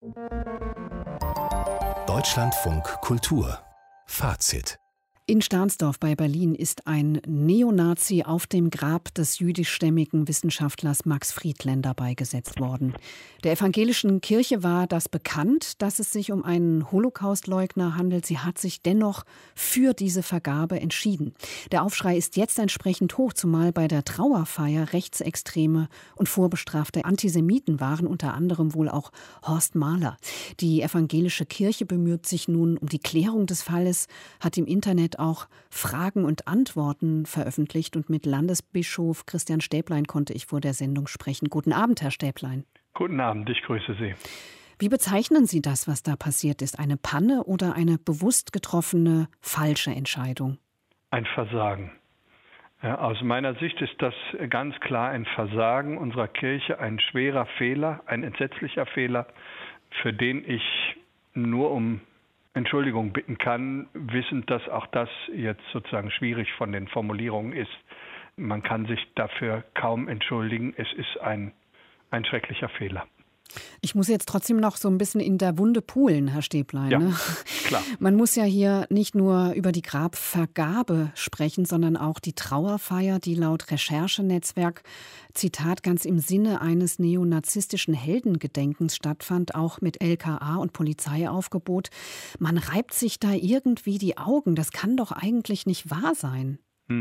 Deutschlandfunk Kultur Fazit. In Stahnsdorf bei Berlin ist ein Neonazi auf dem Grab des jüdischstämmigen Wissenschaftlers Max Friedländer beigesetzt worden. Der evangelischen Kirche war das bekannt, dass es sich um einen Holocaustleugner handelt. Sie hat sich dennoch für diese Vergabe entschieden. Der Aufschrei ist jetzt entsprechend hoch, zumal bei der Trauerfeier rechtsextreme und vorbestrafte Antisemiten waren, unter anderem wohl auch Horst Mahler. Die evangelische Kirche bemüht sich nun um die Klärung des Falles, hat im Internet auch Fragen und Antworten veröffentlicht und mit Landesbischof Christian Stäblein konnte ich vor der Sendung sprechen. Guten Abend, Herr Stäblein. Guten Abend, ich grüße Sie. Wie bezeichnen Sie das, was da passiert ist? Eine Panne oder eine bewusst getroffene falsche Entscheidung? Ein Versagen. Ja, aus meiner Sicht ist das ganz klar ein Versagen unserer Kirche, ein schwerer Fehler, ein entsetzlicher Fehler, für den ich nur um Entschuldigung bitten kann, wissend, dass auch das jetzt sozusagen schwierig von den Formulierungen ist. Man kann sich dafür kaum entschuldigen. Es ist ein schrecklicher Fehler. Ich muss jetzt trotzdem noch so ein bisschen in der Wunde poolen, Herr Stäblein. Ja, ne? Klar. Man muss ja hier nicht nur über die Grabvergabe sprechen, sondern auch die Trauerfeier, die laut Recherchenetzwerk, Zitat, ganz im Sinne eines neonazistischen Heldengedenkens stattfand, auch mit LKA und Polizeiaufgebot. Man reibt sich da irgendwie die Augen. Das kann doch eigentlich nicht wahr sein.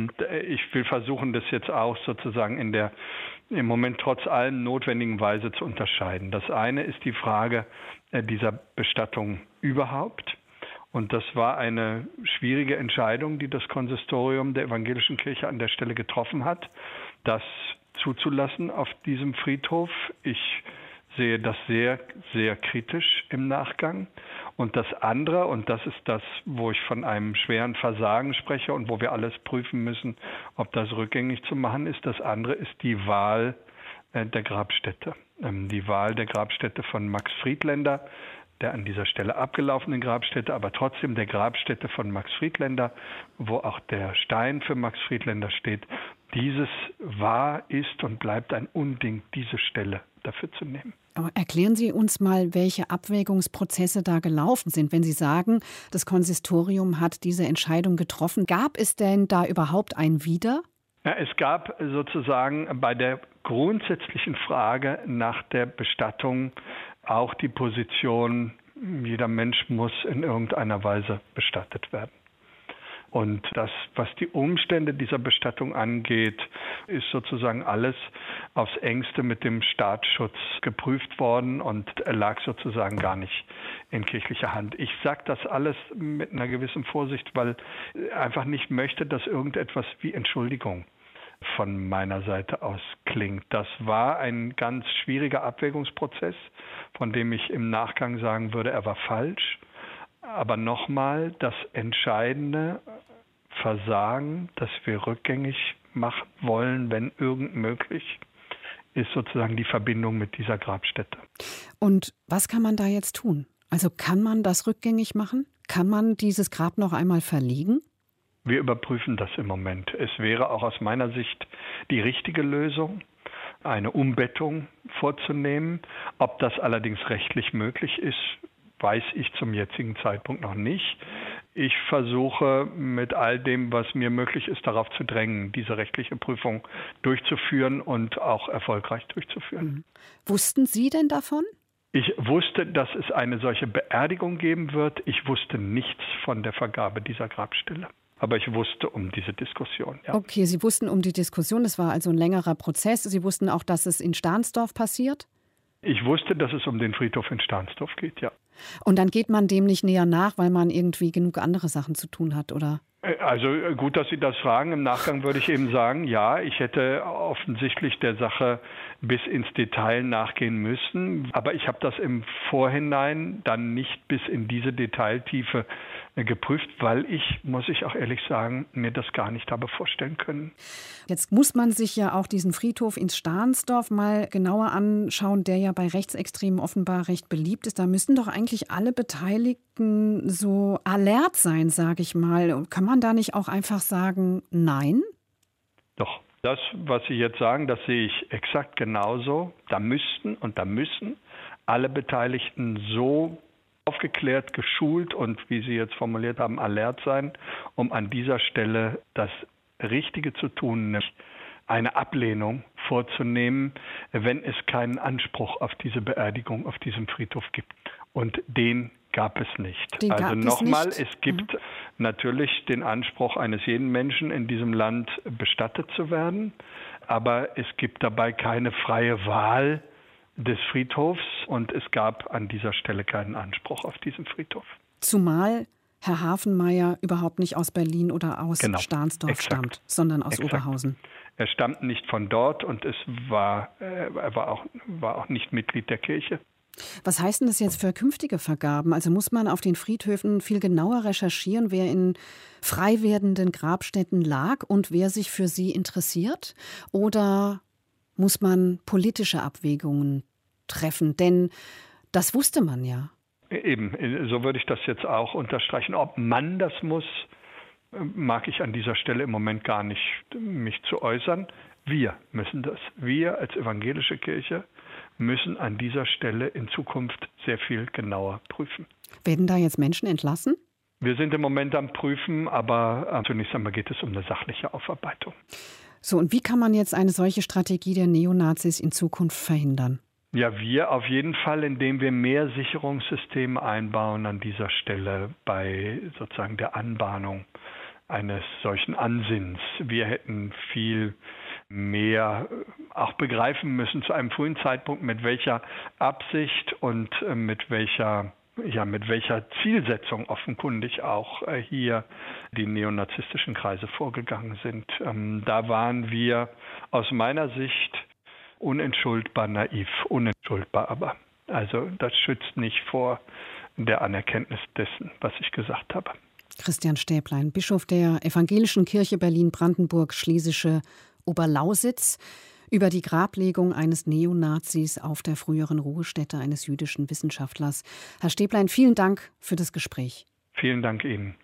Ich will versuchen, das jetzt auch sozusagen im Moment trotz allem notwendigen Weise zu unterscheiden. Das eine ist die Frage dieser Bestattung überhaupt. Und das war eine schwierige Entscheidung, die das Konsistorium der Evangelischen Kirche an der Stelle getroffen hat, das zuzulassen auf diesem Friedhof. Ich sehe das sehr, sehr kritisch im Nachgang. Und das andere, und das ist das, wo ich von einem schweren Versagen spreche und wo wir alles prüfen müssen, ob das rückgängig zu machen ist, das andere ist die Wahl der Grabstätte. Die Wahl der Grabstätte von Max Friedländer, der an dieser Stelle abgelaufenen Grabstätte, aber trotzdem der Grabstätte von Max Friedländer, wo auch der Stein für Max Friedländer steht. Dieses war, ist und bleibt ein Unding, diese Stelle dafür zu nehmen. Aber erklären Sie uns mal, welche Abwägungsprozesse da gelaufen sind. Wenn Sie sagen, das Konsistorium hat diese Entscheidung getroffen, gab es denn da überhaupt ein Wider? Ja, es gab sozusagen bei der grundsätzlichen Frage nach der Bestattung auch die Position, jeder Mensch muss in irgendeiner Weise bestattet werden. Und das, was die Umstände dieser Bestattung angeht, ist sozusagen alles aufs Engste mit dem Staatsschutz geprüft worden und lag sozusagen gar nicht in kirchlicher Hand. Ich sage das alles mit einer gewissen Vorsicht, weil ich einfach nicht möchte, dass irgendetwas wie Entschuldigung von meiner Seite aus klingt. Das war ein ganz schwieriger Abwägungsprozess, von dem ich im Nachgang sagen würde, er war falsch. Aber nochmal, das entscheidende Versagen, das wir rückgängig machen wollen, wenn irgend möglich, ist sozusagen die Verbindung mit dieser Grabstätte. Und was kann man da jetzt tun? Also kann man das rückgängig machen? Kann man dieses Grab noch einmal verlegen? Wir überprüfen das im Moment. Es wäre auch aus meiner Sicht die richtige Lösung, eine Umbettung vorzunehmen. Ob das allerdings rechtlich möglich ist, weiß ich zum jetzigen Zeitpunkt noch nicht. Ich versuche mit all dem, was mir möglich ist, darauf zu drängen, diese rechtliche Prüfung durchzuführen und auch erfolgreich durchzuführen. Wussten Sie denn davon? Ich wusste, dass es eine solche Beerdigung geben wird. Ich wusste nichts von der Vergabe dieser Grabstelle. Aber ich wusste um diese Diskussion. Ja. Okay, Sie wussten um die Diskussion. Das war also ein längerer Prozess. Sie wussten auch, dass es in Stahnsdorf passiert? Ich wusste, dass es um den Friedhof in Stahnsdorf geht, ja. Und dann geht man dem nicht näher nach, weil man irgendwie genug andere Sachen zu tun hat, oder? Also gut, dass Sie das fragen. Im Nachgang würde ich eben sagen, ja, ich hätte offensichtlich der Sache bis ins Detail nachgehen müssen. Aber ich habe das im Vorhinein dann nicht bis in diese Detailtiefe geprüft, weil ich, muss ich auch ehrlich sagen, mir das gar nicht habe vorstellen können. Jetzt muss man sich ja auch diesen Friedhof in Stahnsdorf mal genauer anschauen, der ja bei Rechtsextremen offenbar recht beliebt ist. Da müssen doch eigentlich alle Beteiligten so alert sein, sage ich mal. Kann man da nicht auch einfach sagen, nein? Doch, das, was Sie jetzt sagen, das sehe ich exakt genauso. Da müssen alle Beteiligten so aufgeklärt, geschult und, wie Sie jetzt formuliert haben, alert sein, um an dieser Stelle das Richtige zu tun, nämlich eine Ablehnung vorzunehmen, wenn es keinen Anspruch auf diese Beerdigung auf diesem Friedhof gibt. Und den gab es nicht. Also nochmal, es gibt natürlich den Anspruch eines jeden Menschen in diesem Land, bestattet zu werden, aber es gibt dabei keine freie Wahl des Friedhofs und es gab an dieser Stelle keinen Anspruch auf diesen Friedhof. Zumal Herr Hafenmeier überhaupt nicht aus Berlin oder aus Stahnsdorf stammt, sondern aus Oberhausen. Er stammt nicht von dort und er war auch nicht Mitglied der Kirche. Was heißt denn das jetzt für künftige Vergaben? Also muss man auf den Friedhöfen viel genauer recherchieren, wer in frei werdenden Grabstätten lag und wer sich für sie interessiert? Oder muss man politische Abwägungen treffen? Denn das wusste man ja. Eben, so würde ich das jetzt auch unterstreichen. Ob man das muss, mag ich an dieser Stelle im Moment gar nicht mich zu äußern. Wir müssen das. Wir als evangelische Kirche müssen an dieser Stelle in Zukunft sehr viel genauer prüfen. Werden da jetzt Menschen entlassen? Wir sind im Moment am Prüfen, aber zunächst einmal geht es um eine sachliche Aufarbeitung. So, und wie kann man jetzt eine solche Strategie der Neonazis in Zukunft verhindern? Ja, wir auf jeden Fall, indem wir mehr Sicherungssysteme einbauen an dieser Stelle bei sozusagen der Anbahnung eines solchen Ansinns. Wir hätten viel mehr auch begreifen müssen zu einem frühen Zeitpunkt, mit welcher Absicht und mit welcher Zielsetzung offenkundig auch hier die neonazistischen Kreise vorgegangen sind. Da waren wir aus meiner Sicht unentschuldbar naiv, unentschuldbar aber. Also das schützt nicht vor der Anerkenntnis dessen, was ich gesagt habe. Christian Stäblein, Bischof der Evangelischen Kirche Berlin-Brandenburg-Schlesische Oberlausitz, über die Grablegung eines Neonazis auf der früheren Ruhestätte eines jüdischen Wissenschaftlers. Herr Stäblein, vielen Dank für das Gespräch. Vielen Dank Ihnen.